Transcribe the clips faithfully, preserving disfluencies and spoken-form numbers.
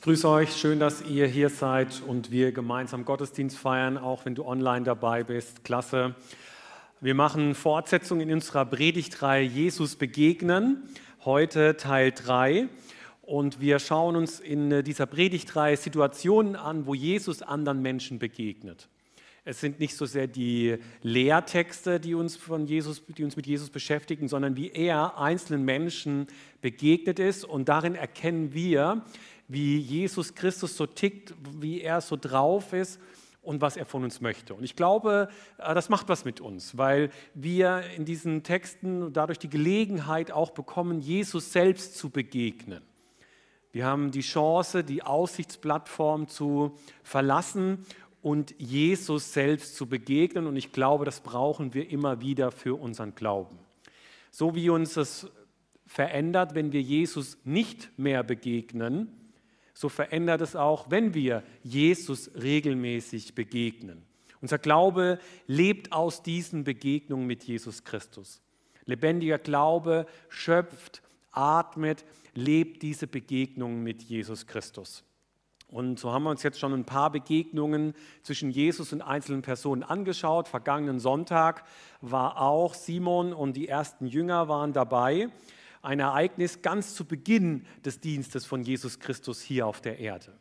Ich grüße euch, schön, dass ihr hier seid und wir gemeinsam Gottesdienst feiern, auch wenn du online dabei bist. Klasse. Wir machen Fortsetzung in unserer Predigtreihe Jesus begegnen, heute Teil drei. Und wir schauen uns in dieser Predigtreihe Situationen an, wo Jesus anderen Menschen begegnet. Es sind nicht so sehr die Lehrtexte, die uns, von Jesus, die uns mit Jesus beschäftigen, sondern wie er einzelnen Menschen begegnet ist. Und darin erkennen wir, wie Jesus Christus so tickt, wie er so drauf ist und was er von uns möchte. Und ich glaube, das macht was mit uns, weil wir in diesen Texten dadurch die Gelegenheit auch bekommen, Jesus selbst zu begegnen. Wir haben die Chance, die Aussichtsplattform zu verlassen und Jesus selbst zu begegnen. Und ich glaube, das brauchen wir immer wieder für unseren Glauben. So wie uns es verändert, wenn wir Jesus nicht mehr begegnen, so verändert es auch, wenn wir Jesus regelmäßig begegnen. Unser Glaube lebt aus diesen Begegnungen mit Jesus Christus. Lebendiger Glaube schöpft, atmet, lebt diese Begegnungen mit Jesus Christus. Und so haben wir uns jetzt schon ein paar Begegnungen zwischen Jesus und einzelnen Personen angeschaut. Vergangenen Sonntag war auch Simon und die ersten Jünger waren dabei. Ein Ereignis ganz zu Beginn des Dienstes von Jesus Christus hier auf der Erde.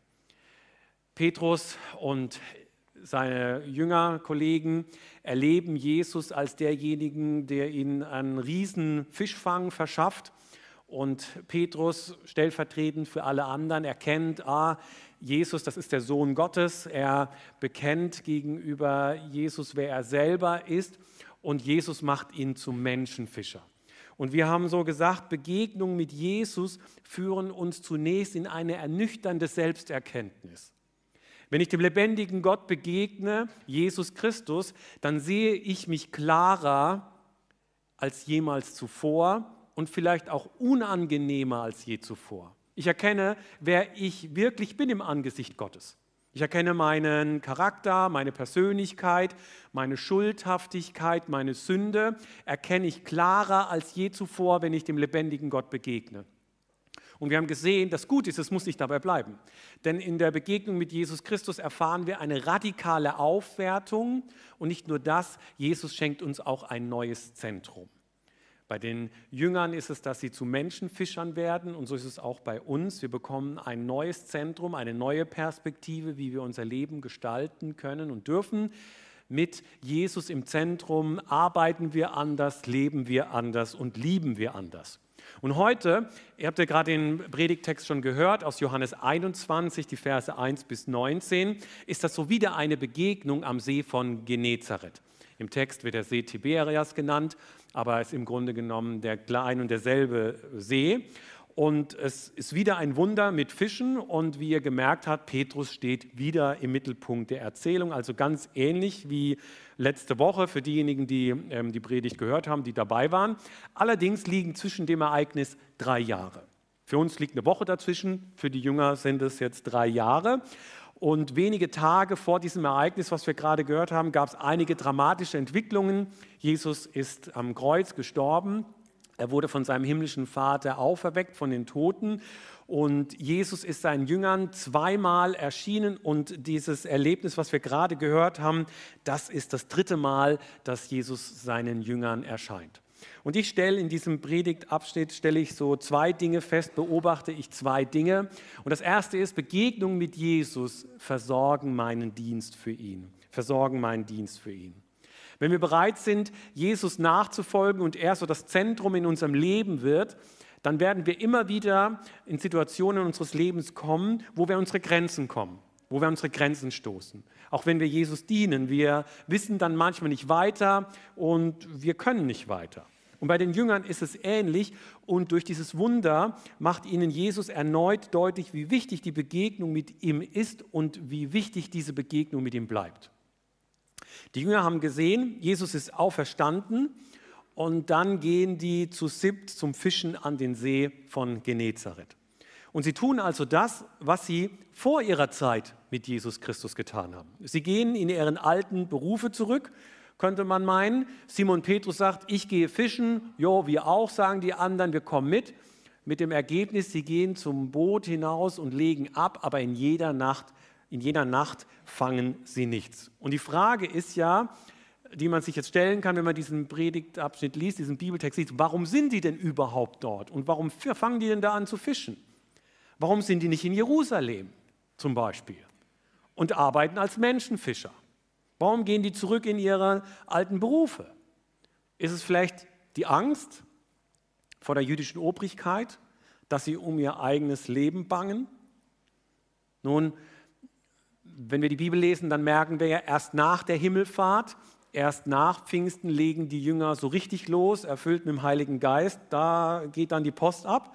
Petrus und seine Jüngerkollegen erleben Jesus als derjenigen, der ihnen einen riesen Fischfang verschafft. Und Petrus, stellvertretend für alle anderen, erkennt, ah, Jesus, das ist der Sohn Gottes. Er bekennt gegenüber Jesus, wer er selber ist. Und Jesus macht ihn zum Menschenfischer. Und wir haben so gesagt, Begegnungen mit Jesus führen uns zunächst in eine ernüchternde Selbsterkenntnis. Wenn ich dem lebendigen Gott begegne, Jesus Christus, dann sehe ich mich klarer als jemals zuvor und vielleicht auch unangenehmer als je zuvor. Ich erkenne, wer ich wirklich bin im Angesicht Gottes. Ich erkenne meinen Charakter, meine Persönlichkeit, meine Schuldhaftigkeit, meine Sünde, erkenne ich klarer als je zuvor, wenn ich dem lebendigen Gott begegne. Und wir haben gesehen, das Gute ist, es muss nicht dabei bleiben. Denn in der Begegnung mit Jesus Christus erfahren wir eine radikale Aufwertung. Und nicht nur das, Jesus schenkt uns auch ein neues Zentrum. Bei den Jüngern ist es, dass sie zu Menschenfischern werden und so ist es auch bei uns. Wir bekommen ein neues Zentrum, eine neue Perspektive, wie wir unser Leben gestalten können und dürfen. Mit Jesus im Zentrum arbeiten wir anders, leben wir anders und lieben wir anders. Und heute, ihr habt ja gerade den Predigttext schon gehört, aus Johannes einundzwanzig, die Verse eins bis neunzehn, ist das so wieder eine Begegnung am See von Genezareth. Im Text wird der See Tiberias genannt, aber es ist im Grunde genommen der ein und derselbe See. Und es ist wieder ein Wunder mit Fischen und wie ihr gemerkt habt, Petrus steht wieder im Mittelpunkt der Erzählung, also ganz ähnlich wie letzte Woche für diejenigen, die ähm, die Predigt gehört haben, die dabei waren. Allerdings liegen zwischen dem Ereignis drei Jahre. Für uns liegt eine Woche dazwischen, für die Jünger sind es jetzt drei Jahre. Und wenige Tage vor diesem Ereignis, was wir gerade gehört haben, gab es einige dramatische Entwicklungen. Jesus ist am Kreuz gestorben. Er wurde von seinem himmlischen Vater auferweckt, von den Toten. Und Jesus ist seinen Jüngern zweimal erschienen. Und dieses Erlebnis, was wir gerade gehört haben, das ist das dritte Mal, dass Jesus seinen Jüngern erscheint. Und ich stelle in diesem Predigtabschnitt, stelle ich so zwei Dinge fest, beobachte ich zwei Dinge. Und das erste ist, Begegnungen mit Jesus versorgen meinen Dienst für ihn, versorgen meinen Dienst für ihn. Wenn wir bereit sind, Jesus nachzufolgen und er so das Zentrum in unserem Leben wird, dann werden wir immer wieder in Situationen unseres Lebens kommen, wo wir an unsere Grenzen kommen, wo wir an unsere Grenzen stoßen. Auch wenn wir Jesus dienen, wir wissen dann manchmal nicht weiter und wir können nicht weiter. Und bei den Jüngern ist es ähnlich und durch dieses Wunder macht ihnen Jesus erneut deutlich, wie wichtig die Begegnung mit ihm ist und wie wichtig diese Begegnung mit ihm bleibt. Die Jünger haben gesehen, Jesus ist auferstanden und dann gehen die zu siebt zum Fischen an den See von Genezareth. Und sie tun also das, was sie vor ihrer Zeit mit Jesus Christus getan haben. Sie gehen in ihren alten Berufe zurück, könnte man meinen. Simon Petrus sagt, ich gehe fischen. Jo, wir auch, sagen die anderen, wir kommen mit. mit dem Ergebnis, sie gehen zum Boot hinaus und legen ab, aber in jeder Nacht, in jeder Nacht fangen sie nichts. Und die Frage ist ja, die man sich jetzt stellen kann, wenn man diesen Predigtabschnitt liest, diesen Bibeltext liest, warum sind die denn überhaupt dort und warum fangen die denn da an zu fischen? Warum sind die nicht in Jerusalem zum Beispiel und arbeiten als Menschenfischer? Warum gehen die zurück in ihre alten Berufe? Ist es vielleicht die Angst vor der jüdischen Obrigkeit, dass sie um ihr eigenes Leben bangen? Nun, wenn wir die Bibel lesen, dann merken wir ja, erst nach der Himmelfahrt, erst nach Pfingsten legen die Jünger so richtig los, erfüllt mit dem Heiligen Geist, da geht dann die Post ab.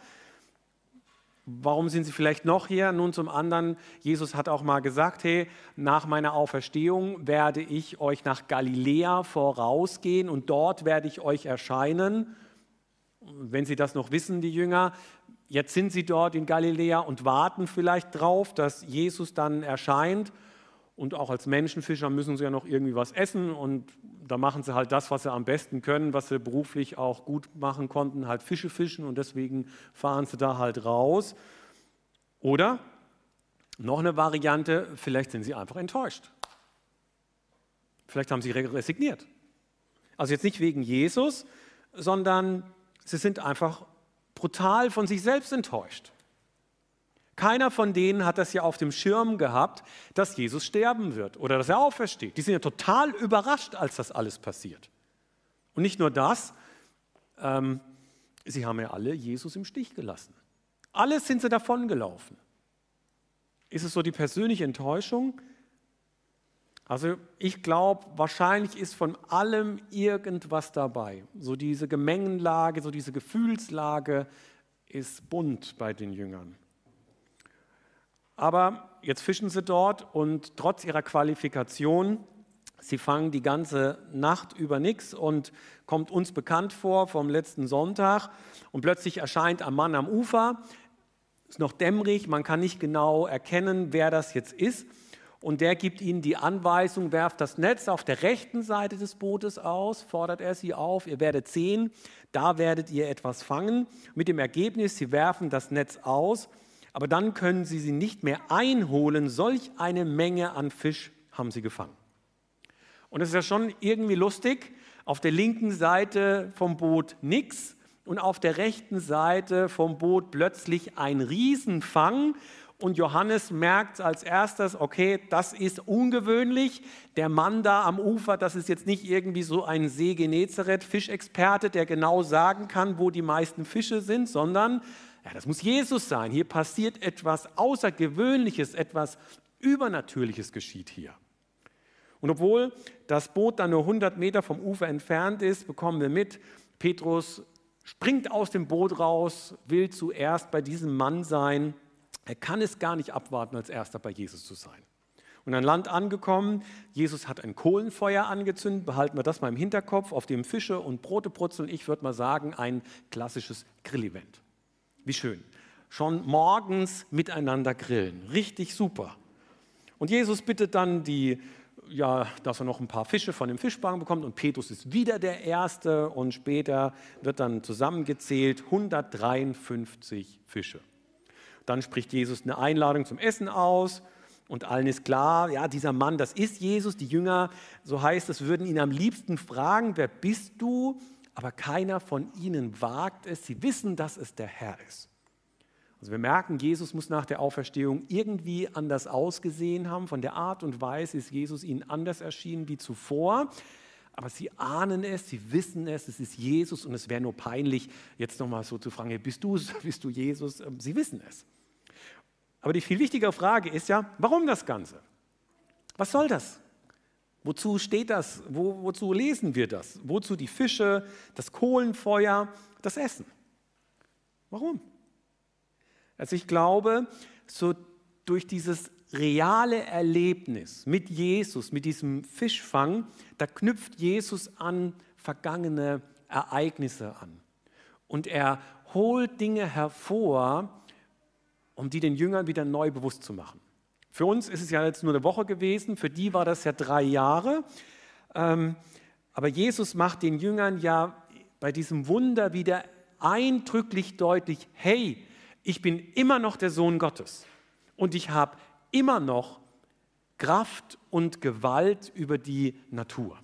Warum sind sie vielleicht noch hier? Nun zum anderen, Jesus hat auch mal gesagt, hey, nach meiner Auferstehung werde ich euch nach Galiläa vorausgehen und dort werde ich euch erscheinen. Wenn sie das noch wissen, die Jünger, jetzt sind sie dort in Galiläa und warten vielleicht drauf, dass Jesus dann erscheint. Und auch als Menschenfischer müssen sie ja noch irgendwie was essen und da machen sie halt das, was sie am besten können, was sie beruflich auch gut machen konnten, halt Fische fischen und deswegen fahren sie da halt raus. Oder noch eine Variante, vielleicht sind sie einfach enttäuscht. Vielleicht haben sie resigniert. Also jetzt nicht wegen Jesus, sondern sie sind einfach brutal von sich selbst enttäuscht. Keiner von denen hat das ja auf dem Schirm gehabt, dass Jesus sterben wird oder dass er aufersteht. Die sind ja total überrascht, als das alles passiert. Und nicht nur das, ähm, sie haben ja alle Jesus im Stich gelassen. Alles sind sie davongelaufen. Ist es so die persönliche Enttäuschung? Also ich glaube, wahrscheinlich ist von allem irgendwas dabei. So diese Gemengenlage, so diese Gefühlslage ist bunt bei den Jüngern. Aber jetzt fischen sie dort und trotz ihrer Qualifikation, sie fangen die ganze Nacht über nichts und kommt uns bekannt vor vom letzten Sonntag und plötzlich erscheint ein Mann am Ufer, ist noch dämmerig, man kann nicht genau erkennen, wer das jetzt ist und der gibt ihnen die Anweisung, werft das Netz auf der rechten Seite des Bootes aus, fordert er sie auf, ihr werdet sehen, da werdet ihr etwas fangen, mit dem Ergebnis, sie werfen das Netz aus. Aber dann können sie sie nicht mehr einholen. Solch eine Menge an Fisch haben sie gefangen. Und es ist ja schon irgendwie lustig. Auf der linken Seite vom Boot nichts und auf der rechten Seite vom Boot plötzlich ein Riesenfang. Und Johannes merkt als erstes, okay, das ist ungewöhnlich. Der Mann da am Ufer, das ist jetzt nicht irgendwie so ein See Genezareth Fischexperte, der genau sagen kann, wo die meisten Fische sind, sondern ja, das muss Jesus sein. Hier passiert etwas Außergewöhnliches, etwas Übernatürliches geschieht hier. Und obwohl das Boot dann nur hundert Meter vom Ufer entfernt ist, bekommen wir mit, Petrus springt aus dem Boot raus, will zuerst bei diesem Mann sein. Er kann es gar nicht abwarten, als erster bei Jesus zu sein. Und an Land angekommen, Jesus hat ein Kohlenfeuer angezündet, behalten wir das mal im Hinterkopf, auf dem Fische und Brote brutzeln. Ich würde mal sagen, ein klassisches Grillevent. Wie schön. Schon morgens miteinander grillen. Richtig super. Und Jesus bittet dann, die, ja, dass er noch ein paar Fische von dem Fischfang bekommt. Und Petrus ist wieder der Erste. Und später wird dann zusammengezählt hundertdreiundfünfzig Fische. Dann spricht Jesus eine Einladung zum Essen aus. Und allen ist klar, ja, dieser Mann, das ist Jesus. Die Jünger, so heißt es, würden ihn am liebsten fragen, wer bist du? Aber keiner von ihnen wagt es. Sie wissen, dass es der Herr ist. Also wir merken, Jesus muss nach der Auferstehung irgendwie anders ausgesehen haben. Von der Art und Weise ist Jesus ihnen anders erschienen wie zuvor. Aber sie ahnen es, sie wissen es, es ist Jesus und es wäre nur peinlich, jetzt nochmal so zu fragen, hey, bist du es, bist du Jesus? Sie wissen es. Aber die viel wichtigere Frage ist ja, warum das Ganze? Was soll das? Wozu steht das? Wo, wozu lesen wir das? Wozu die Fische, das Kohlenfeuer, das Essen? Warum? Also ich glaube, so durch dieses reale Erlebnis mit Jesus, mit diesem Fischfang, da knüpft Jesus an vergangene Ereignisse an. Und er holt Dinge hervor, um die den Jüngern wieder neu bewusst zu machen. Für uns ist es ja jetzt nur eine Woche gewesen, für die war das ja drei Jahre. Aber Jesus macht den Jüngern ja bei diesem Wunder wieder eindrücklich deutlich, hey, ich bin immer noch der Sohn Gottes und ich habe immer noch Kraft und Gewalt über die Natur.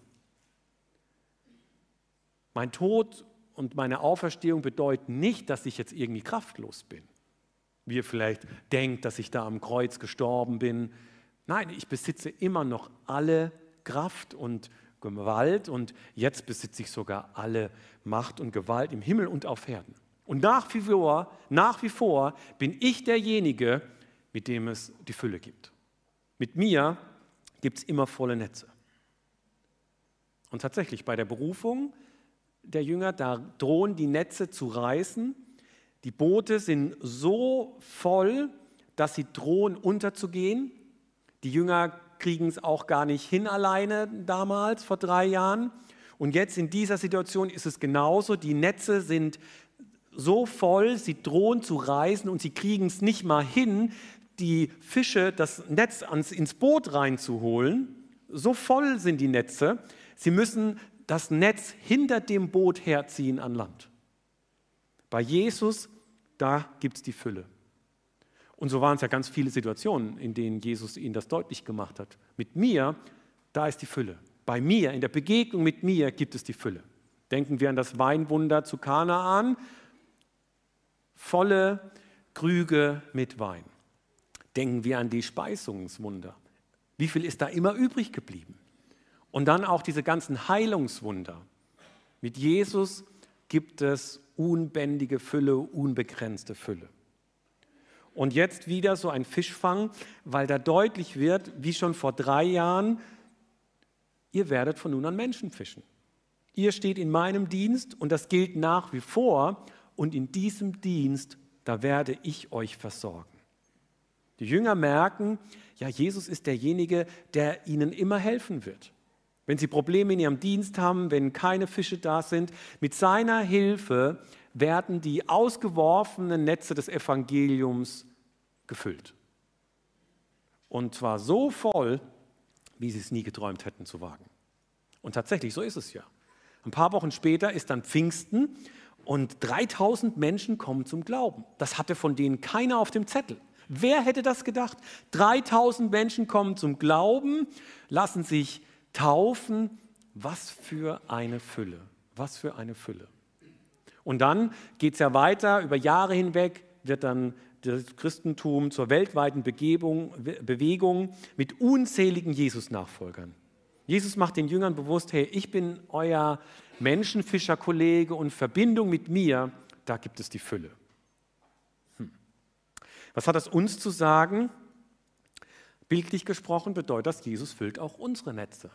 Mein Tod und meine Auferstehung bedeuten nicht, dass ich jetzt irgendwie kraftlos bin. Wie ihr vielleicht denkt, dass ich da am Kreuz gestorben bin. Nein, ich besitze immer noch alle Kraft und Gewalt und jetzt besitze ich sogar alle Macht und Gewalt im Himmel und auf Erden. Und nach wie vor, nach wie vor bin ich derjenige, mit dem es die Fülle gibt. Mit mir gibt es immer volle Netze. Und tatsächlich bei der Berufung der Jünger, da drohen die Netze zu reißen. Die Boote sind so voll, dass sie drohen unterzugehen. Die Jünger kriegen es auch gar nicht hin alleine damals, vor drei Jahren. Und jetzt in dieser Situation ist es genauso. Die Netze sind so voll, sie drohen zu reißen und sie kriegen es nicht mal hin, die Fische, das Netz ans, ins Boot reinzuholen. So voll sind die Netze. Sie müssen das Netz hinter dem Boot herziehen an Land. Bei Jesus, da gibt es die Fülle. Und so waren es ja ganz viele Situationen, in denen Jesus ihnen das deutlich gemacht hat. Mit mir, da ist die Fülle. Bei mir, in der Begegnung mit mir gibt es die Fülle. Denken wir an das Weinwunder zu Kanaan. Volle Krüge mit Wein. Denken wir an die Speisungswunder. Wie viel ist da immer übrig geblieben? Und dann auch diese ganzen Heilungswunder. Mit Jesus gibt es unbändige Fülle, unbegrenzte Fülle. Und jetzt wieder so ein Fischfang, weil da deutlich wird, wie schon vor drei Jahren, ihr werdet von nun an Menschen fischen. Ihr steht in meinem Dienst und das gilt nach wie vor. Und in diesem Dienst, da werde ich euch versorgen. Die Jünger merken, ja, Jesus ist derjenige, der ihnen immer helfen wird. Wenn sie Probleme in ihrem Dienst haben, wenn keine Fische da sind, mit seiner Hilfe werden die ausgeworfenen Netze des Evangeliums gefüllt. Und zwar so voll, wie sie es nie geträumt hätten zu wagen. Und tatsächlich, so ist es ja. Ein paar Wochen später ist dann Pfingsten und dreitausend Menschen kommen zum Glauben. Das hatte von denen keiner auf dem Zettel. Wer hätte das gedacht? dreitausend Menschen kommen zum Glauben, lassen sich taufen. Was für eine Fülle, was für eine Fülle. Und dann geht es ja weiter, über Jahre hinweg wird dann das Christentum zur weltweiten Begebung, Bewegung mit unzähligen Jesus-Nachfolgern. Jesus macht den Jüngern bewusst, hey, ich bin euer Menschenfischerkollege und Verbindung mit mir, da gibt es die Fülle. Hm. Was hat das uns zu sagen? Bildlich gesprochen bedeutet das, Jesus füllt auch unsere Netze.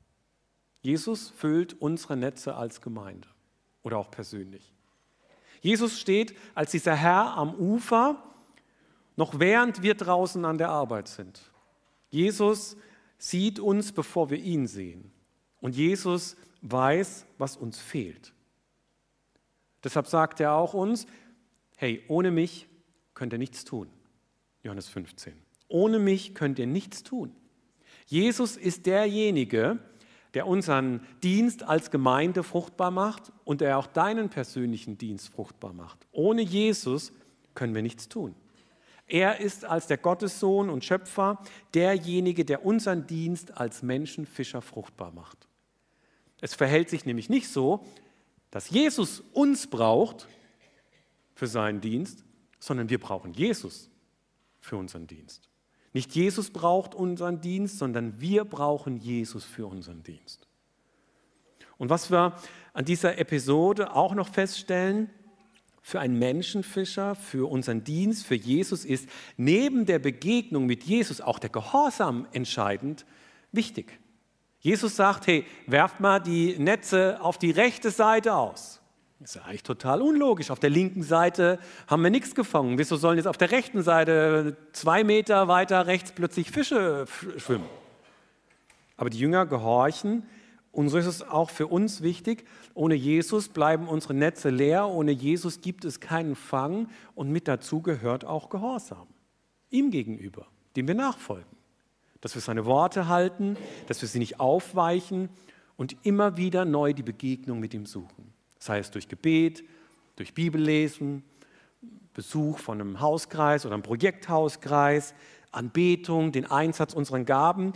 Jesus füllt unsere Netze als Gemeinde oder auch persönlich. Jesus steht als dieser Herr am Ufer, noch während wir draußen an der Arbeit sind. Jesus sieht uns, bevor wir ihn sehen. Und Jesus weiß, was uns fehlt. Deshalb sagt er auch uns, hey, ohne mich könnt ihr nichts tun. Johannes fünfzehn. Ohne mich könnt ihr nichts tun. Jesus ist derjenige, der unseren Dienst als Gemeinde fruchtbar macht und der auch deinen persönlichen Dienst fruchtbar macht. Ohne Jesus können wir nichts tun. Er ist als der Gottessohn und Schöpfer derjenige, der unseren Dienst als Menschenfischer fruchtbar macht. Es verhält sich nämlich nicht so, dass Jesus uns braucht für seinen Dienst, sondern wir brauchen Jesus für unseren Dienst. Nicht Jesus braucht unseren Dienst, sondern wir brauchen Jesus für unseren Dienst. Und was wir an dieser Episode auch noch feststellen, für einen Menschenfischer, für unseren Dienst, für Jesus ist neben der Begegnung mit Jesus auch der Gehorsam entscheidend wichtig. Jesus sagt, hey, werft mal die Netze auf die rechte Seite aus. Das ist ja eigentlich total unlogisch. Auf der linken Seite haben wir nichts gefangen. Wieso sollen jetzt auf der rechten Seite zwei Meter weiter rechts plötzlich Fische schwimmen? Aber die Jünger gehorchen. Und so ist es auch für uns wichtig. Ohne Jesus bleiben unsere Netze leer. Ohne Jesus gibt es keinen Fang. Und mit dazu gehört auch Gehorsam. Ihm gegenüber, dem wir nachfolgen. Dass wir seine Worte halten, dass wir sie nicht aufweichen und immer wieder neu die Begegnung mit ihm suchen. Sei es durch Gebet, Durch Bibellesen, Besuch von einem Hauskreis oder einem Projekthauskreis, Anbetung, den Einsatz unserer Gaben.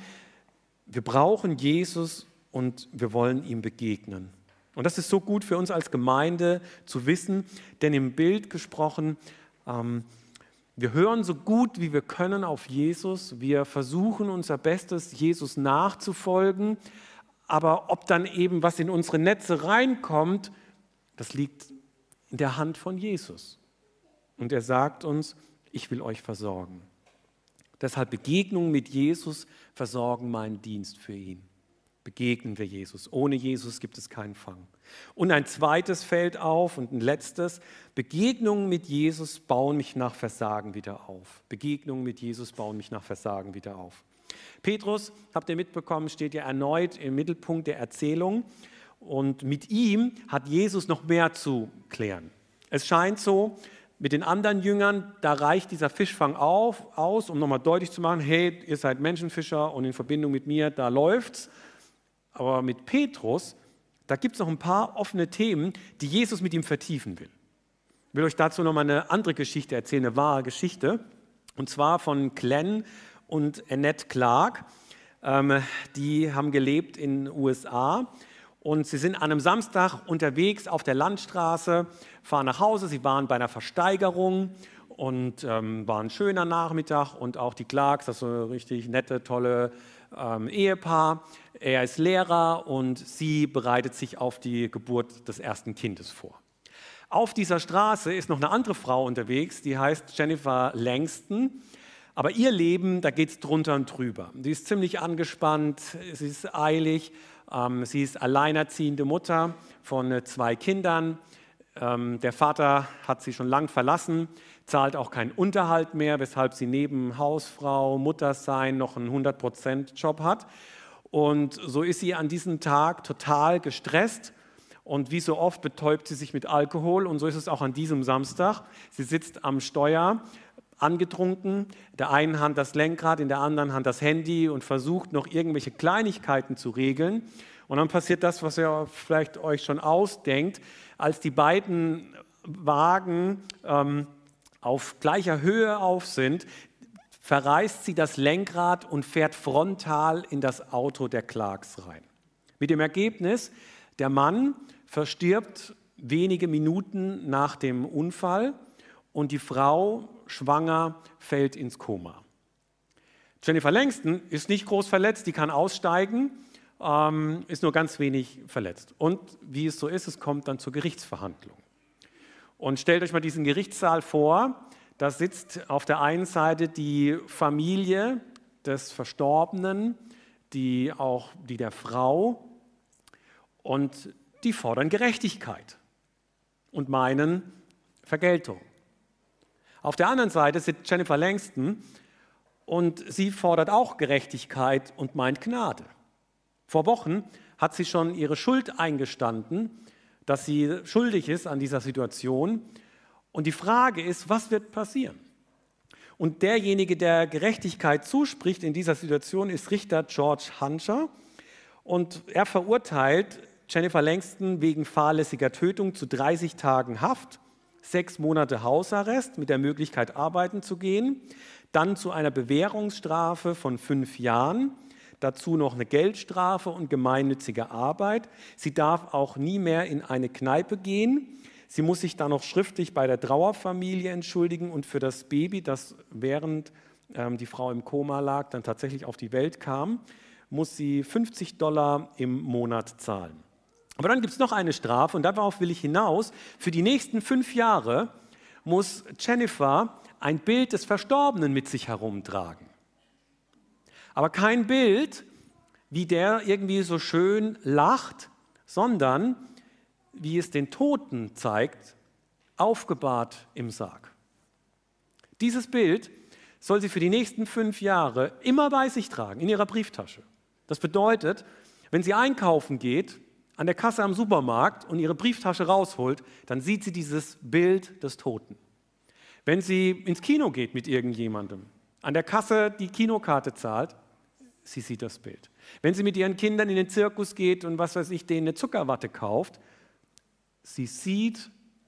Wir brauchen Jesus und wir wollen ihm begegnen. Und das ist so gut für uns als Gemeinde zu wissen, denn im Bild gesprochen, ähm, wir hören so gut wie wir können auf Jesus, wir versuchen unser Bestes, Jesus nachzufolgen, aber ob dann eben was in unsere Netze reinkommt, das liegt in der Hand von Jesus. Und er sagt uns, ich will euch versorgen. Deshalb Begegnung mit Jesus versorgen meinen Dienst für ihn. Begegnen wir Jesus. Ohne Jesus gibt es keinen Fang. Und ein zweites fällt auf und ein letztes. Begegnungen mit Jesus bauen mich nach Versagen wieder auf. Begegnungen mit Jesus bauen mich nach Versagen wieder auf. Petrus, habt ihr mitbekommen, steht ja erneut im Mittelpunkt der Erzählung. Und mit ihm hat Jesus noch mehr zu klären. Es scheint so, mit den anderen Jüngern, da reicht dieser Fischfang auf, aus, um nochmal deutlich zu machen, hey, ihr seid Menschenfischer und in Verbindung mit mir, da läuft's. Aber mit Petrus, da gibt es noch ein paar offene Themen, die Jesus mit ihm vertiefen will. Ich will euch dazu nochmal eine andere Geschichte erzählen, eine wahre Geschichte. Und zwar von Glenn und Annette Clark. Ähm, die haben gelebt in den U S A. Und sie sind an einem Samstag unterwegs auf der Landstraße, fahren nach Hause. Sie waren bei einer Versteigerung und ähm, war ein schöner Nachmittag. Und auch die Clarks, das ist so ein richtig nette, tolle ähm, Ehepaar. Er ist Lehrer und sie bereitet sich auf die Geburt des ersten Kindes vor. Auf dieser Straße ist noch eine andere Frau unterwegs, die heißt Jennifer Langston. Aber ihr Leben, da geht es drunter und drüber. Sie ist ziemlich angespannt, sie ist eilig. Ähm, sie ist alleinerziehende Mutter von äh, zwei Kindern. Ähm, der Vater hat sie schon lang verlassen, zahlt auch keinen Unterhalt mehr, weshalb sie neben Hausfrau, Muttersein noch einen hundert Prozent Job hat. Und so ist sie an diesem Tag total gestresst und wie so oft betäubt sie sich mit Alkohol. Und so ist es auch an diesem Samstag. Sie sitzt am Steuer, angetrunken, in der einen Hand das Lenkrad, in der anderen Hand das Handy und versucht noch irgendwelche Kleinigkeiten zu regeln. Und dann passiert das, was ihr vielleicht euch schon ausdenkt, als die beiden Wagen ähm, auf gleicher Höhe auf sind, verreißt sie das Lenkrad und fährt frontal in das Auto der Clarks rein. Mit dem Ergebnis, der Mann verstirbt wenige Minuten nach dem Unfall und die Frau, schwanger, fällt ins Koma. Jennifer Langston ist nicht groß verletzt, die kann aussteigen, ähm, ist nur ganz wenig verletzt. Und wie es so ist, es kommt dann zur Gerichtsverhandlung. Und stellt euch mal diesen Gerichtssaal vor, da sitzt auf der einen Seite die Familie des Verstorbenen, die auch die der Frau, und die fordern Gerechtigkeit und meinen Vergeltung. Auf der anderen Seite sitzt Jennifer Langston und sie fordert auch Gerechtigkeit und meint Gnade. Vor Wochen hat sie schon ihre Schuld eingestanden, dass sie schuldig ist an dieser Situation. Und die Frage ist, was wird passieren? Und derjenige, der Gerechtigkeit zuspricht in dieser Situation, ist Richter George Hunter. Und er verurteilt Jennifer Langston wegen fahrlässiger Tötung zu dreißig Tagen Haft, sechs Monate Hausarrest mit der Möglichkeit, arbeiten zu gehen, dann zu einer Bewährungsstrafe von fünf Jahren, dazu noch eine Geldstrafe und gemeinnützige Arbeit. Sie darf auch nie mehr in eine Kneipe gehen. Sie muss sich dann noch schriftlich bei der Trauerfamilie entschuldigen und für das Baby, das während ähm, die Frau im Koma lag, dann tatsächlich auf die Welt kam, muss sie fünfzig Dollar im Monat zahlen. Aber dann gibt es noch eine Strafe und darauf will ich hinaus. Für die nächsten fünf Jahre muss Jennifer ein Bild des Verstorbenen mit sich herumtragen. Aber kein Bild, wie der irgendwie so schön lacht, sondern wie es den Toten zeigt, aufgebahrt im Sarg. Dieses Bild soll sie für die nächsten fünf Jahre immer bei sich tragen, in ihrer Brieftasche. Das bedeutet, wenn sie einkaufen geht, an der Kasse am Supermarkt und ihre Brieftasche rausholt, dann sieht sie dieses Bild des Toten. Wenn sie ins Kino geht mit irgendjemandem, an der Kasse die Kinokarte zahlt, sie sieht das Bild. Wenn sie mit ihren Kindern in den Zirkus geht und was weiß ich, denen eine Zuckerwatte kauft, sie sieht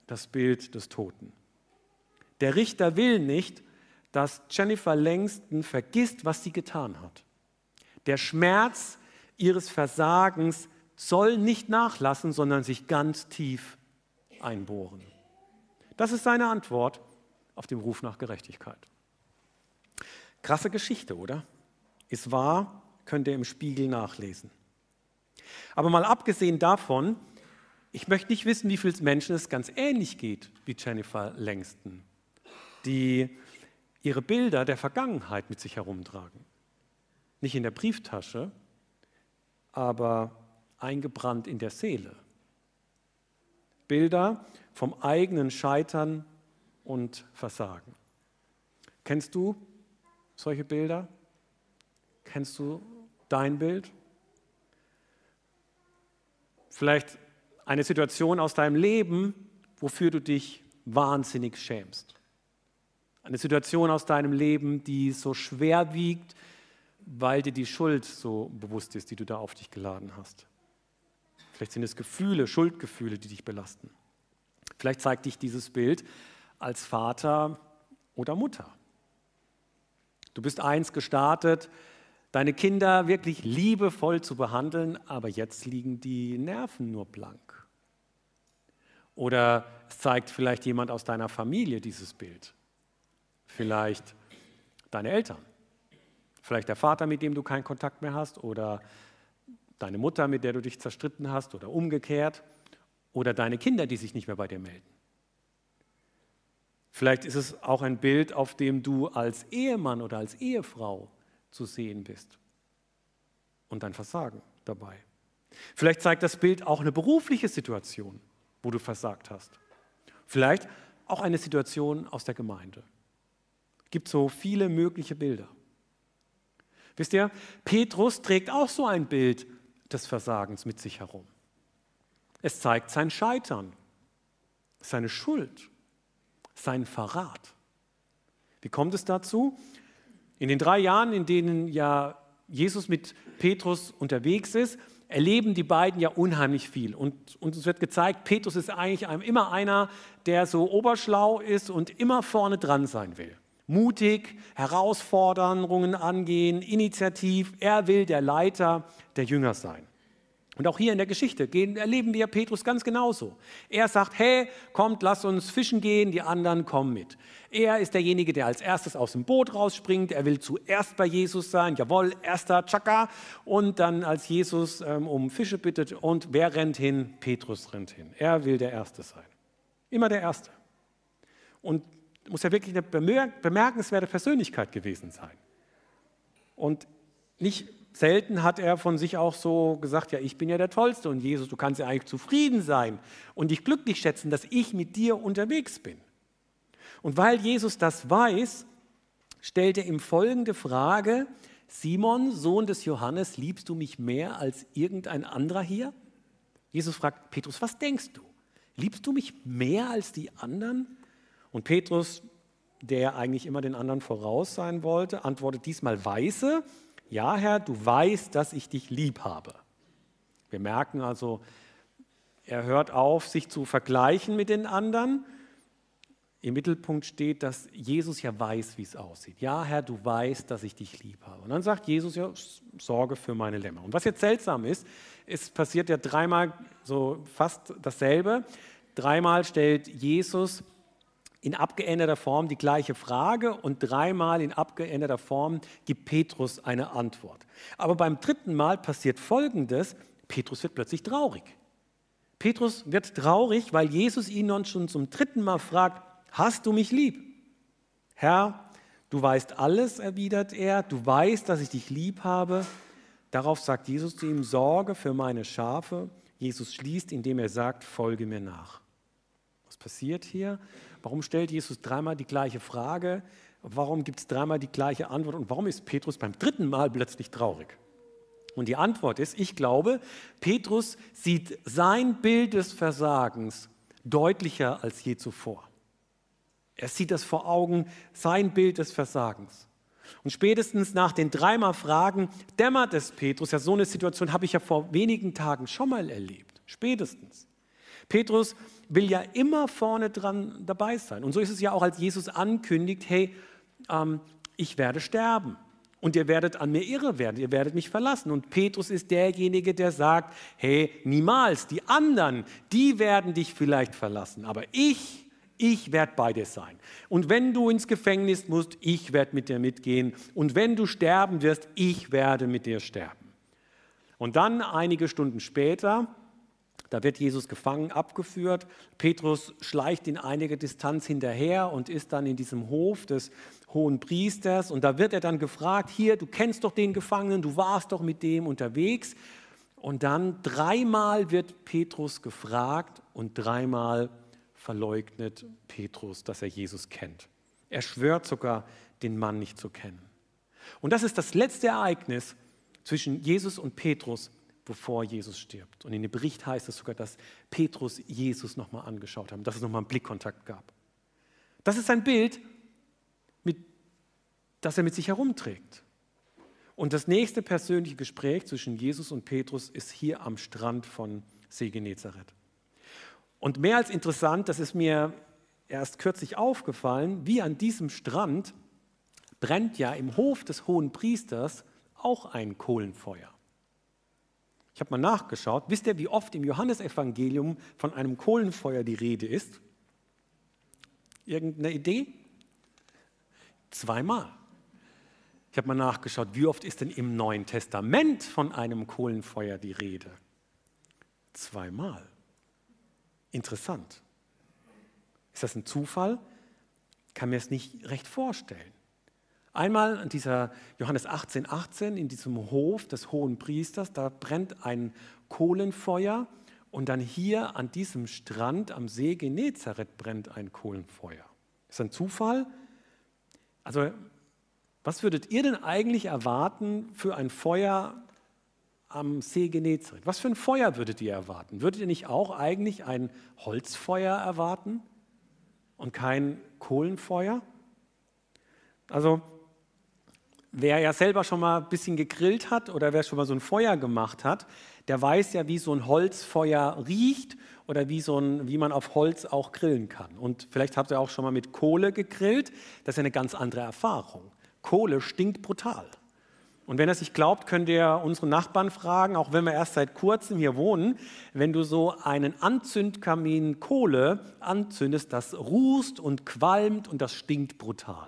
das Bild des Toten. Der Richter will nicht, dass Jennifer Langston vergisst, was sie getan hat. Der Schmerz ihres Versagens soll nicht nachlassen, sondern sich ganz tief einbohren. Das ist seine Antwort auf den Ruf nach Gerechtigkeit. Krasse Geschichte, oder? Ist wahr, könnt ihr im Spiegel nachlesen. Aber mal abgesehen davon, ich möchte nicht wissen, wie vielen Menschen es ganz ähnlich geht wie Jennifer Langston, die ihre Bilder der Vergangenheit mit sich herumtragen. Nicht in der Brieftasche, aber eingebrannt in der Seele. Bilder vom eigenen Scheitern und Versagen. Kennst du solche Bilder? Kennst du dein Bild? Vielleicht eine Situation aus deinem Leben, wofür du dich wahnsinnig schämst. Eine Situation aus deinem Leben, die so schwer wiegt, weil dir die Schuld so bewusst ist, die du da auf dich geladen hast. Vielleicht sind es Gefühle, Schuldgefühle, die dich belasten. Vielleicht zeigt dich dieses Bild als Vater oder Mutter. Du bist einst gestartet, deine Kinder wirklich liebevoll zu behandeln, aber jetzt liegen die Nerven nur blank. Oder es zeigt vielleicht jemand aus deiner Familie dieses Bild. Vielleicht deine Eltern. Vielleicht der Vater, mit dem du keinen Kontakt mehr hast, oder deine Mutter, mit der du dich zerstritten hast, oder umgekehrt. Oder deine Kinder, die sich nicht mehr bei dir melden. Vielleicht ist es auch ein Bild, auf dem du als Ehemann oder als Ehefrau zu sehen bist. Und dein Versagen dabei. Vielleicht zeigt das Bild auch eine berufliche Situation, wo du versagt hast. Vielleicht auch eine Situation aus der Gemeinde. Es gibt so viele mögliche Bilder. Wisst ihr, Petrus trägt auch so ein Bild des Versagens mit sich herum. Es zeigt sein Scheitern, seine Schuld, seinen Verrat. Wie kommt es dazu? In den drei Jahren, in denen ja Jesus mit Petrus unterwegs ist, erleben die beiden ja unheimlich viel. Und, und es wird gezeigt, Petrus ist eigentlich immer einer, der so oberschlau ist und immer vorne dran sein will. Mutig, Herausforderungen angehen, initiativ. Er will der Leiter der Jünger sein. Und auch hier in der Geschichte gehen, erleben wir Petrus ganz genauso. Er sagt, hey, kommt, lass uns fischen gehen, die anderen kommen mit. Er ist derjenige, der als erstes aus dem Boot rausspringt. Er will zuerst bei Jesus sein, jawohl, erster, tschakka. Und dann als Jesus ähm, um Fische bittet, und wer rennt hin? Petrus rennt hin. Er will der Erste sein. Immer der Erste. Und muss ja wirklich eine bemerkenswerte Persönlichkeit gewesen sein. Und nicht selten hat er von sich auch so gesagt, ja, ich bin ja der Tollste und Jesus, du kannst ja eigentlich zufrieden sein und dich glücklich schätzen, dass ich mit dir unterwegs bin. Und weil Jesus das weiß, stellt er ihm folgende Frage: Simon, Sohn des Johannes, liebst du mich mehr als irgendein anderer hier? Jesus fragt Petrus, was denkst du? Liebst du mich mehr als die anderen? Und Petrus, der eigentlich immer den anderen voraus sein wollte, antwortet diesmal weise: Ja, Herr, du weißt, dass ich dich lieb habe. Wir merken also, er hört auf, sich zu vergleichen mit den anderen. Im Mittelpunkt steht, dass Jesus ja weiß, wie es aussieht. Ja, Herr, du weißt, dass ich dich lieb habe. Und dann sagt Jesus, ja, sorge für meine Lämmer. Und was jetzt seltsam ist, es passiert ja dreimal so fast dasselbe. Dreimal stellt Jesus in abgeänderter Form die gleiche Frage und dreimal in abgeänderter Form gibt Petrus eine Antwort. Aber beim dritten Mal passiert Folgendes: Petrus wird plötzlich traurig. Petrus wird traurig, weil Jesus ihn nun schon zum dritten Mal fragt: Hast du mich lieb? Herr, du weißt alles, erwidert er, du weißt, dass ich dich lieb habe. Darauf sagt Jesus zu ihm: Sorge für meine Schafe. Jesus schließt, indem er sagt: Folge mir nach. Was passiert hier? Warum stellt Jesus dreimal die gleiche Frage? Warum gibt es dreimal die gleiche Antwort? Und warum ist Petrus beim dritten Mal plötzlich traurig? Und die Antwort ist, ich glaube, Petrus sieht sein Bild des Versagens deutlicher als je zuvor. Er sieht das vor Augen, sein Bild des Versagens. Und spätestens nach den dreimal Fragen dämmert es Petrus, ja, so eine Situation habe ich ja vor wenigen Tagen schon mal erlebt. Spätestens. Petrus will ja immer vorne dran dabei sein. Und so ist es ja auch, als Jesus ankündigt, hey, ähm, ich werde sterben und ihr werdet an mir irre werden, ihr werdet mich verlassen. Und Petrus ist derjenige, der sagt, hey, niemals, die anderen, die werden dich vielleicht verlassen, aber ich, ich werde bei dir sein. Und wenn du ins Gefängnis musst, ich werde mit dir mitgehen. Und wenn du sterben wirst, ich werde mit dir sterben. Und dann einige Stunden später, da wird Jesus gefangen, abgeführt. Petrus schleicht in einige Distanz hinterher und ist dann in diesem Hof des hohen Priesters. Und da wird er dann gefragt, hier, du kennst doch den Gefangenen, du warst doch mit dem unterwegs. Und dann dreimal wird Petrus gefragt und dreimal verleugnet Petrus, dass er Jesus kennt. Er schwört sogar, den Mann nicht zu kennen. Und das ist das letzte Ereignis zwischen Jesus und Petrus, bevor Jesus stirbt. Und in dem Bericht heißt es sogar, dass Petrus Jesus nochmal angeschaut hat, dass es nochmal einen Blickkontakt gab. Das ist ein Bild, mit, das er mit sich herumträgt. Und das nächste persönliche Gespräch zwischen Jesus und Petrus ist hier am Strand von See Genezareth. Und mehr als interessant, das ist mir erst kürzlich aufgefallen, wie an diesem Strand brennt ja im Hof des hohen Priesters auch ein Kohlenfeuer. Ich habe mal nachgeschaut. Wisst ihr, wie oft im Johannesevangelium von einem Kohlenfeuer die Rede ist? Irgendeine Idee? Zweimal. Ich habe mal nachgeschaut, wie oft ist denn im Neuen Testament von einem Kohlenfeuer die Rede? Zweimal. Interessant. Ist das ein Zufall? Ich kann mir es nicht recht vorstellen. Einmal in dieser Johannes achtzehn, achtzehn, in diesem Hof des hohen Priesters, da brennt ein Kohlenfeuer und dann hier an diesem Strand am See Genezareth brennt ein Kohlenfeuer. Ist das ein Zufall? Also, was würdet ihr denn eigentlich erwarten für ein Feuer am See Genezareth? Was für ein Feuer würdet ihr erwarten? Würdet ihr nicht auch eigentlich ein Holzfeuer erwarten und kein Kohlenfeuer? Also, wer ja selber schon mal ein bisschen gegrillt hat oder wer schon mal so ein Feuer gemacht hat, der weiß ja, wie so ein Holzfeuer riecht oder wie, so ein, wie man auf Holz auch grillen kann. Und vielleicht habt ihr auch schon mal mit Kohle gegrillt. Das ist ja eine ganz andere Erfahrung. Kohle stinkt brutal. Und wenn ihr es nicht glaubt, könnt ihr unsere Nachbarn fragen, auch wenn wir erst seit kurzem hier wohnen, wenn du so einen Anzündkamin Kohle anzündest, das rußt und qualmt und das stinkt brutal.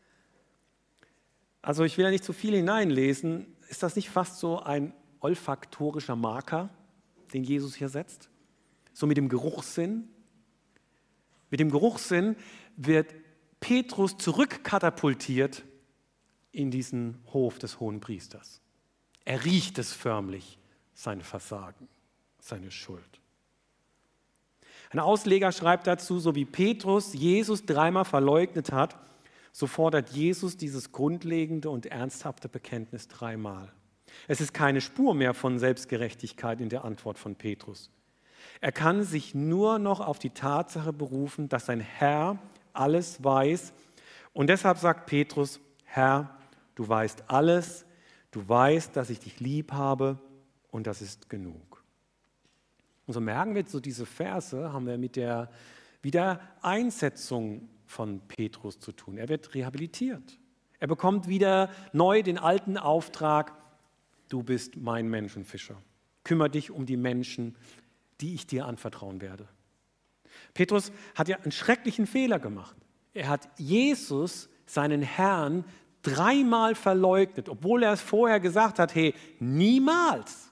Also ich will ja nicht zu viel hineinlesen. Ist das nicht fast so ein olfaktorischer Marker, den Jesus hier setzt? So mit dem Geruchssinn? Mit dem Geruchssinn wird Petrus zurückkatapultiert in diesen Hof des hohen Priesters. Er riecht es förmlich, sein Versagen, seine Schuld. Ein Ausleger schreibt dazu, so wie Petrus Jesus dreimal verleugnet hat, so fordert Jesus dieses grundlegende und ernsthafte Bekenntnis dreimal. Es ist keine Spur mehr von Selbstgerechtigkeit in der Antwort von Petrus. Er kann sich nur noch auf die Tatsache berufen, dass sein Herr alles weiß. Und deshalb sagt Petrus, Herr, du weißt alles, du weißt, dass ich dich lieb habe und das ist genug. Und so merken wir, so diese Verse haben wir mit der Wiedereinsetzung von Petrus zu tun. Er wird rehabilitiert. Er bekommt wieder neu den alten Auftrag, du bist mein Menschenfischer. Kümmere dich um die Menschen, die ich dir anvertrauen werde. Petrus hat ja einen schrecklichen Fehler gemacht. Er hat Jesus, seinen Herrn, dreimal verleugnet, obwohl er es vorher gesagt hat, hey, niemals.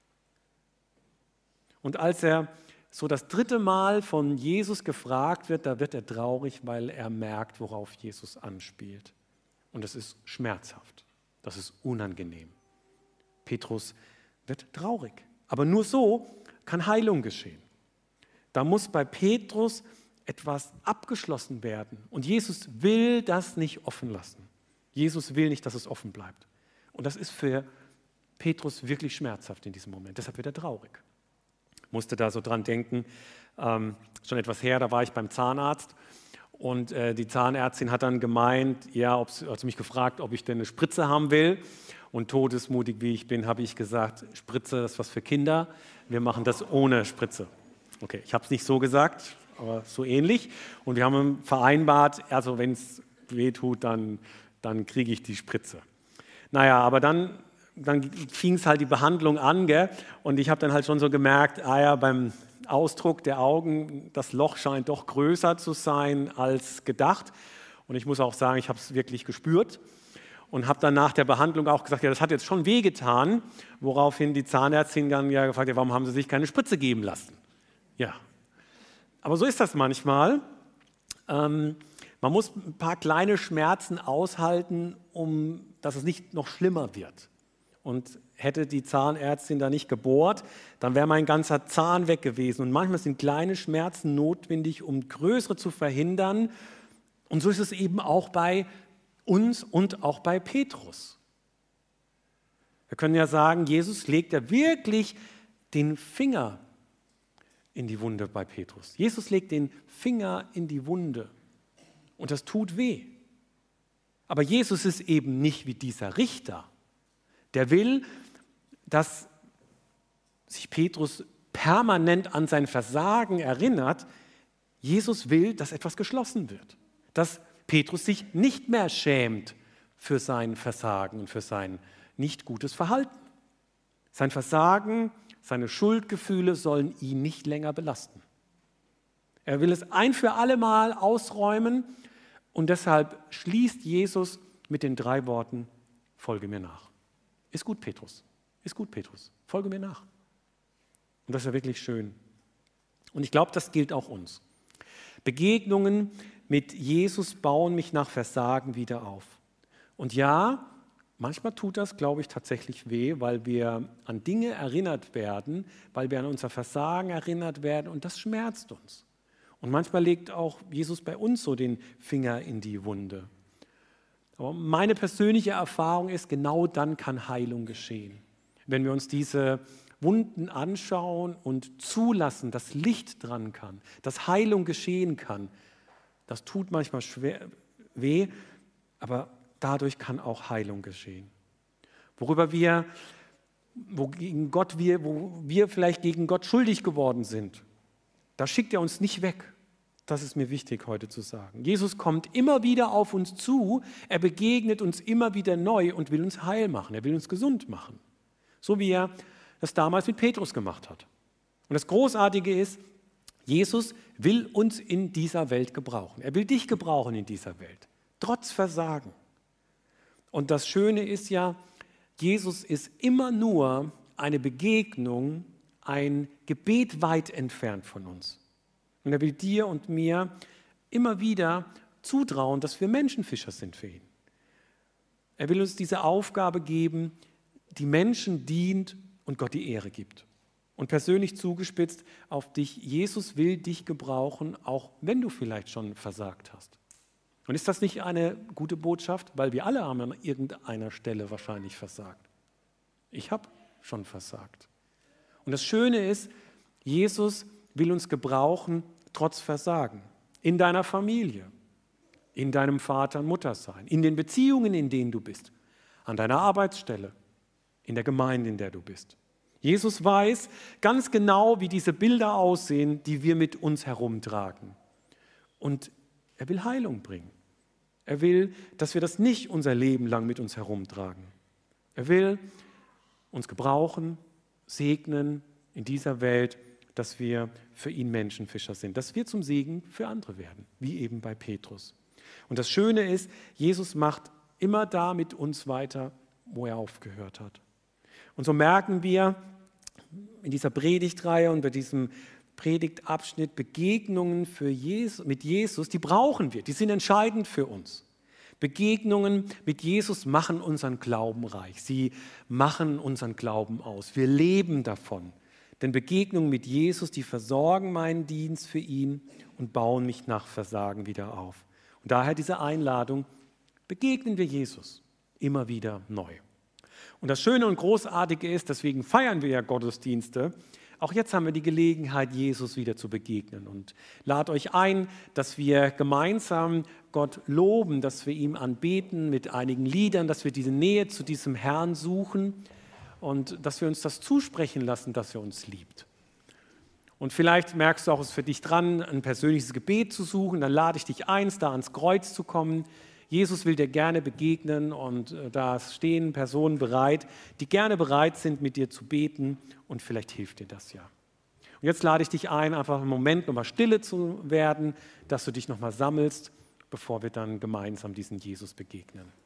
Und als er so das dritte Mal von Jesus gefragt wird, da wird er traurig, weil er merkt, worauf Jesus anspielt. Und das ist schmerzhaft, das ist unangenehm. Petrus wird traurig, aber nur so kann Heilung geschehen. Da muss bei Petrus etwas abgeschlossen werden und Jesus will das nicht offen lassen. Jesus will nicht, dass es offen bleibt. Und das ist für Petrus wirklich schmerzhaft in diesem Moment, deshalb wird er traurig. Musste da so dran denken, ähm, schon etwas her, da war ich beim Zahnarzt und äh, die Zahnärztin hat dann gemeint, ja, ob sie, hat sie mich gefragt, ob ich denn eine Spritze haben will und todesmutig wie ich bin, habe ich gesagt, Spritze ist was für Kinder, wir machen das ohne Spritze. Okay, ich habe es nicht so gesagt, aber so ähnlich. Und wir haben vereinbart, also wenn es weh tut, dann, dann kriege ich die Spritze. Naja, aber dann, dann fing es halt die Behandlung an, gell? Und ich habe dann halt schon so gemerkt, ah ja, beim Ausdruck der Augen, das Loch scheint doch größer zu sein als gedacht. Und ich muss auch sagen, ich habe es wirklich gespürt. Und habe dann nach der Behandlung auch gesagt, ja, das hat jetzt schon wehgetan, woraufhin die Zahnärztin dann ja gefragt hat, warum haben Sie sich keine Spritze geben lassen? Ja, aber so ist das manchmal. Ähm, man muss ein paar kleine Schmerzen aushalten, um dass es nicht noch schlimmer wird. Und hätte die Zahnärztin da nicht gebohrt, dann wäre mein ganzer Zahn weg gewesen. Und manchmal sind kleine Schmerzen notwendig, um größere zu verhindern. Und so ist es eben auch bei uns und auch bei Petrus. Wir können ja sagen, Jesus legt ja wirklich den Finger in die Wunde bei Petrus. Jesus legt den Finger in die Wunde und das tut weh. Aber Jesus ist eben nicht wie dieser Richter. Der will, dass sich Petrus permanent an sein Versagen erinnert. Jesus will, dass etwas geschlossen wird, dass Petrus sich nicht mehr schämt für sein Versagen und für sein nicht gutes Verhalten. Sein Versagen, seine Schuldgefühle sollen ihn nicht länger belasten. Er will es ein für alle Mal ausräumen und deshalb schließt Jesus mit den drei Worten, folge mir nach. Ist gut, Petrus, ist gut, Petrus, folge mir nach. Und das ist ja wirklich schön. Und ich glaube, das gilt auch uns. Begegnungen mit Jesus bauen mich nach Versagen wieder auf. Und ja, manchmal tut das, glaube ich, tatsächlich weh, weil wir an Dinge erinnert werden, weil wir an unser Versagen erinnert werden und das schmerzt uns. Und manchmal legt auch Jesus bei uns so den Finger in die Wunde. Aber meine persönliche Erfahrung ist, genau dann kann Heilung geschehen. Wenn wir uns diese Wunden anschauen und zulassen, dass Licht dran kann, dass Heilung geschehen kann. Das tut manchmal schwer weh, aber dadurch kann auch Heilung geschehen. Worüber wir, wo gegen Gott wir, wo wir vielleicht gegen Gott schuldig geworden sind, da schickt er uns nicht weg. Das ist mir wichtig heute zu sagen. Jesus kommt immer wieder auf uns zu, er begegnet uns immer wieder neu und will uns heil machen, er will uns gesund machen. So wie er das damals mit Petrus gemacht hat. Und das Großartige ist, Jesus will uns in dieser Welt gebrauchen. Er will dich gebrauchen in dieser Welt, trotz Versagen. Und das Schöne ist ja, Jesus ist immer nur eine Begegnung, ein Gebet weit entfernt von uns. Und er will dir und mir immer wieder zutrauen, dass wir Menschenfischer sind für ihn. Er will uns diese Aufgabe geben, die Menschen dient und Gott die Ehre gibt. Und persönlich zugespitzt auf dich, Jesus will dich gebrauchen, auch wenn du vielleicht schon versagt hast. Und ist das nicht eine gute Botschaft? Weil wir alle haben an irgendeiner Stelle wahrscheinlich versagt. Ich habe schon versagt. Und das Schöne ist, Jesus will uns gebrauchen, trotz Versagen. In deiner Familie, in deinem Vater- und Muttersein, in den Beziehungen, in denen du bist, an deiner Arbeitsstelle, in der Gemeinde, in der du bist. Jesus weiß ganz genau, wie diese Bilder aussehen, die wir mit uns herumtragen. Und er will Heilung bringen. Er will, dass wir das nicht unser Leben lang mit uns herumtragen. Er will uns gebrauchen, segnen in dieser Welt, dass wir für ihn Menschenfischer sind, dass wir zum Segen für andere werden, wie eben bei Petrus. Und das Schöne ist, Jesus macht immer da mit uns weiter, wo er aufgehört hat. Und so merken wir in dieser Predigtreihe und bei diesem Predigtabschnitt Begegnungen für Jesus, mit Jesus, die brauchen wir, die sind entscheidend für uns. Begegnungen mit Jesus machen unseren Glauben reich, sie machen unseren Glauben aus, wir leben davon. Denn Begegnungen mit Jesus, die versorgen meinen Dienst für ihn und bauen mich nach Versagen wieder auf. Und daher diese Einladung, begegnen wir Jesus immer wieder neu. Und das Schöne und Großartige ist, deswegen feiern wir ja Gottesdienste, auch jetzt haben wir die Gelegenheit, Jesus wieder zu begegnen. Und lade euch ein, dass wir gemeinsam Gott loben, dass wir ihm anbeten mit einigen Liedern, dass wir diese Nähe zu diesem Herrn suchen und dass wir uns das zusprechen lassen, dass er uns liebt. Und vielleicht merkst du auch, es ist für dich dran, ein persönliches Gebet zu suchen. Dann lade ich dich ein, da ans Kreuz zu kommen. Jesus will dir gerne begegnen und da stehen Personen bereit, die gerne bereit sind, mit dir zu beten und vielleicht hilft dir das ja. Und jetzt lade ich dich ein, einfach einen Moment nochmal stille zu werden, dass du dich nochmal sammelst, bevor wir dann gemeinsam diesen Jesus begegnen.